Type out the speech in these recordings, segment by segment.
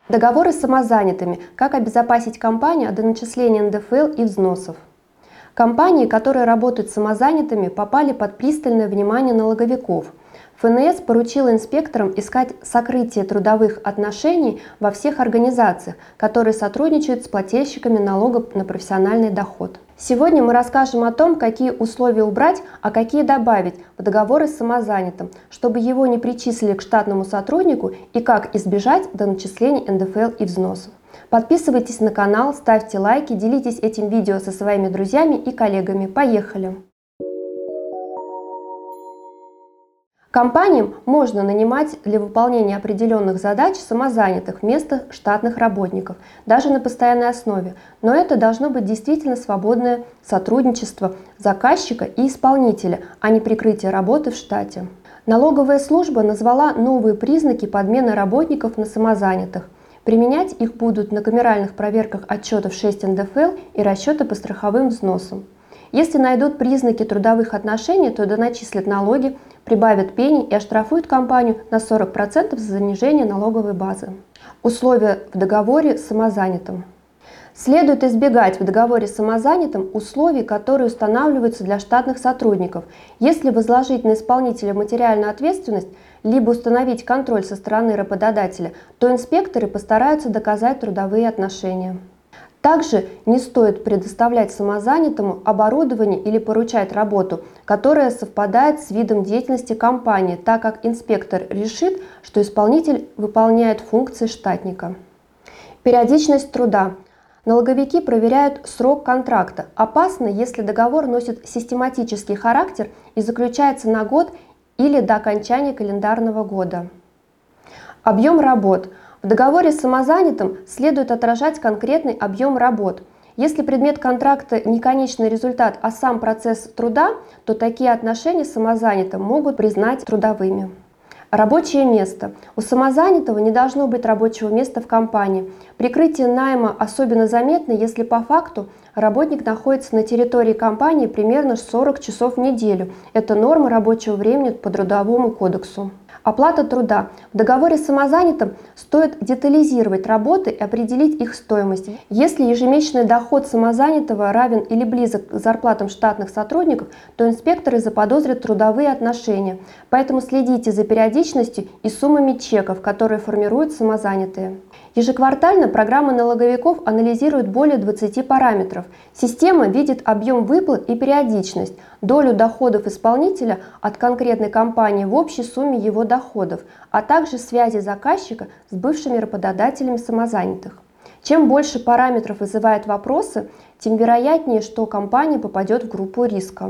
Договоры с самозанятыми. Как обезопасить компанию от доначисления НДФЛ и взносов. Компании, которые работают с самозанятыми, попали под пристальное внимание налоговиков. ФНС поручила инспекторам искать сокрытие трудовых отношений во всех организациях, которые сотрудничают с плательщиками налогов на профессиональный доход. Сегодня мы расскажем о том, какие условия убрать, а какие добавить в договоры с самозанятым, чтобы его не причислили к штатному сотруднику, и как избежать доначислений НДФЛ и взносов. Подписывайтесь на канал, ставьте лайки, делитесь этим видео со своими друзьями и коллегами. Поехали! Компаниям можно нанимать для выполнения определенных задач самозанятых вместо штатных работников, даже на постоянной основе, но это должно быть действительно свободное сотрудничество заказчика и исполнителя, а не прикрытие работы в штате. Налоговая служба назвала новые признаки подмены работников на самозанятых. Применять их будут на камеральных проверках отчетов 6 НДФЛ и расчеты по страховым взносам. Если найдут признаки трудовых отношений, то доначислят налоги, прибавят пени и оштрафуют компанию на 40% за занижение налоговой базы. Условия в договоре с самозанятым. Следует избегать в договоре с самозанятым условий, которые устанавливаются для штатных сотрудников. Если возложить на исполнителя материальную ответственность, либо установить контроль со стороны работодателя, то инспекторы постараются доказать трудовые отношения. Также не стоит предоставлять самозанятому оборудование или поручать работу, которая совпадает с видом деятельности компании, так как инспектор решит, что исполнитель выполняет функции штатника. Периодичность труда. Налоговики проверяют срок контракта. Опасно, если договор носит систематический характер и заключается на год или до окончания календарного года. Объем работ. В договоре с самозанятым следует отражать конкретный объем работ. Если предмет контракта не конечный результат, а сам процесс труда, то такие отношения с самозанятым могут признать трудовыми. Рабочее место. У самозанятого не должно быть рабочего места в компании. Прикрытие найма особенно заметно, если по факту работник находится на территории компании примерно 40 часов в неделю. Это норма рабочего времени по Трудовому кодексу. Оплата труда. В договоре с самозанятым стоит детализировать работы и определить их стоимость. Если ежемесячный доход самозанятого равен или близок к зарплатам штатных сотрудников, то инспекторы заподозрят трудовые отношения. Поэтому следите за периодичностью и суммами чеков, которые формируют самозанятые. Ежеквартально программа налоговиков анализирует более 20 параметров. Система видит объем выплат и периодичность, долю доходов исполнителя от конкретной компании в общей сумме его доходов, а также связи заказчика с бывшими работодателями самозанятых. Чем больше параметров вызывает вопросы, тем вероятнее, что компания попадет в группу риска.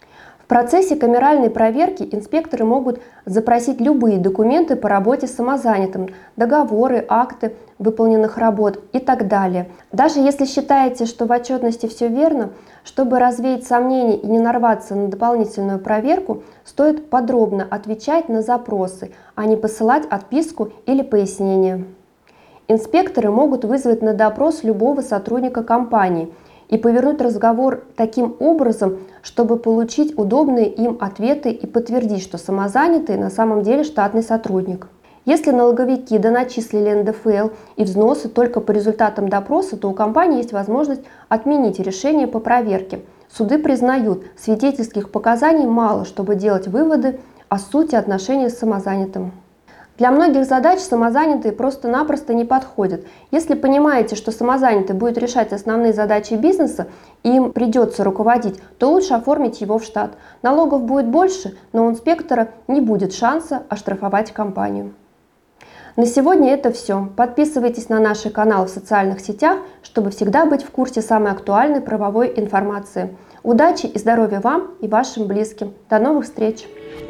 В процессе камеральной проверки инспекторы могут запросить любые документы по работе с самозанятым, договоры, акты выполненных работ и так далее. Даже если считаете, что в отчетности все верно, чтобы развеять сомнения и не нарваться на дополнительную проверку, стоит подробно отвечать на запросы, а не посылать отписку или пояснение. Инспекторы могут вызвать на допрос любого сотрудника компании и повернуть разговор таким образом, чтобы получить удобные им ответы и подтвердить, что самозанятый на самом деле штатный сотрудник. Если налоговики доначислили НДФЛ и взносы только по результатам допроса, то у компании есть возможность отменить решение по проверке. Суды признают, свидетельских показаний мало, чтобы делать выводы о сути отношений с самозанятым. Для многих задач самозанятые просто-напросто не подходят. Если понимаете, что самозанятый будет решать основные задачи бизнеса и им придется руководить, то лучше оформить его в штат. Налогов будет больше, но у инспектора не будет шанса оштрафовать компанию. На сегодня это все. Подписывайтесь на наш канал в социальных сетях, чтобы всегда быть в курсе самой актуальной правовой информации. Удачи и здоровья вам и вашим близким. До новых встреч!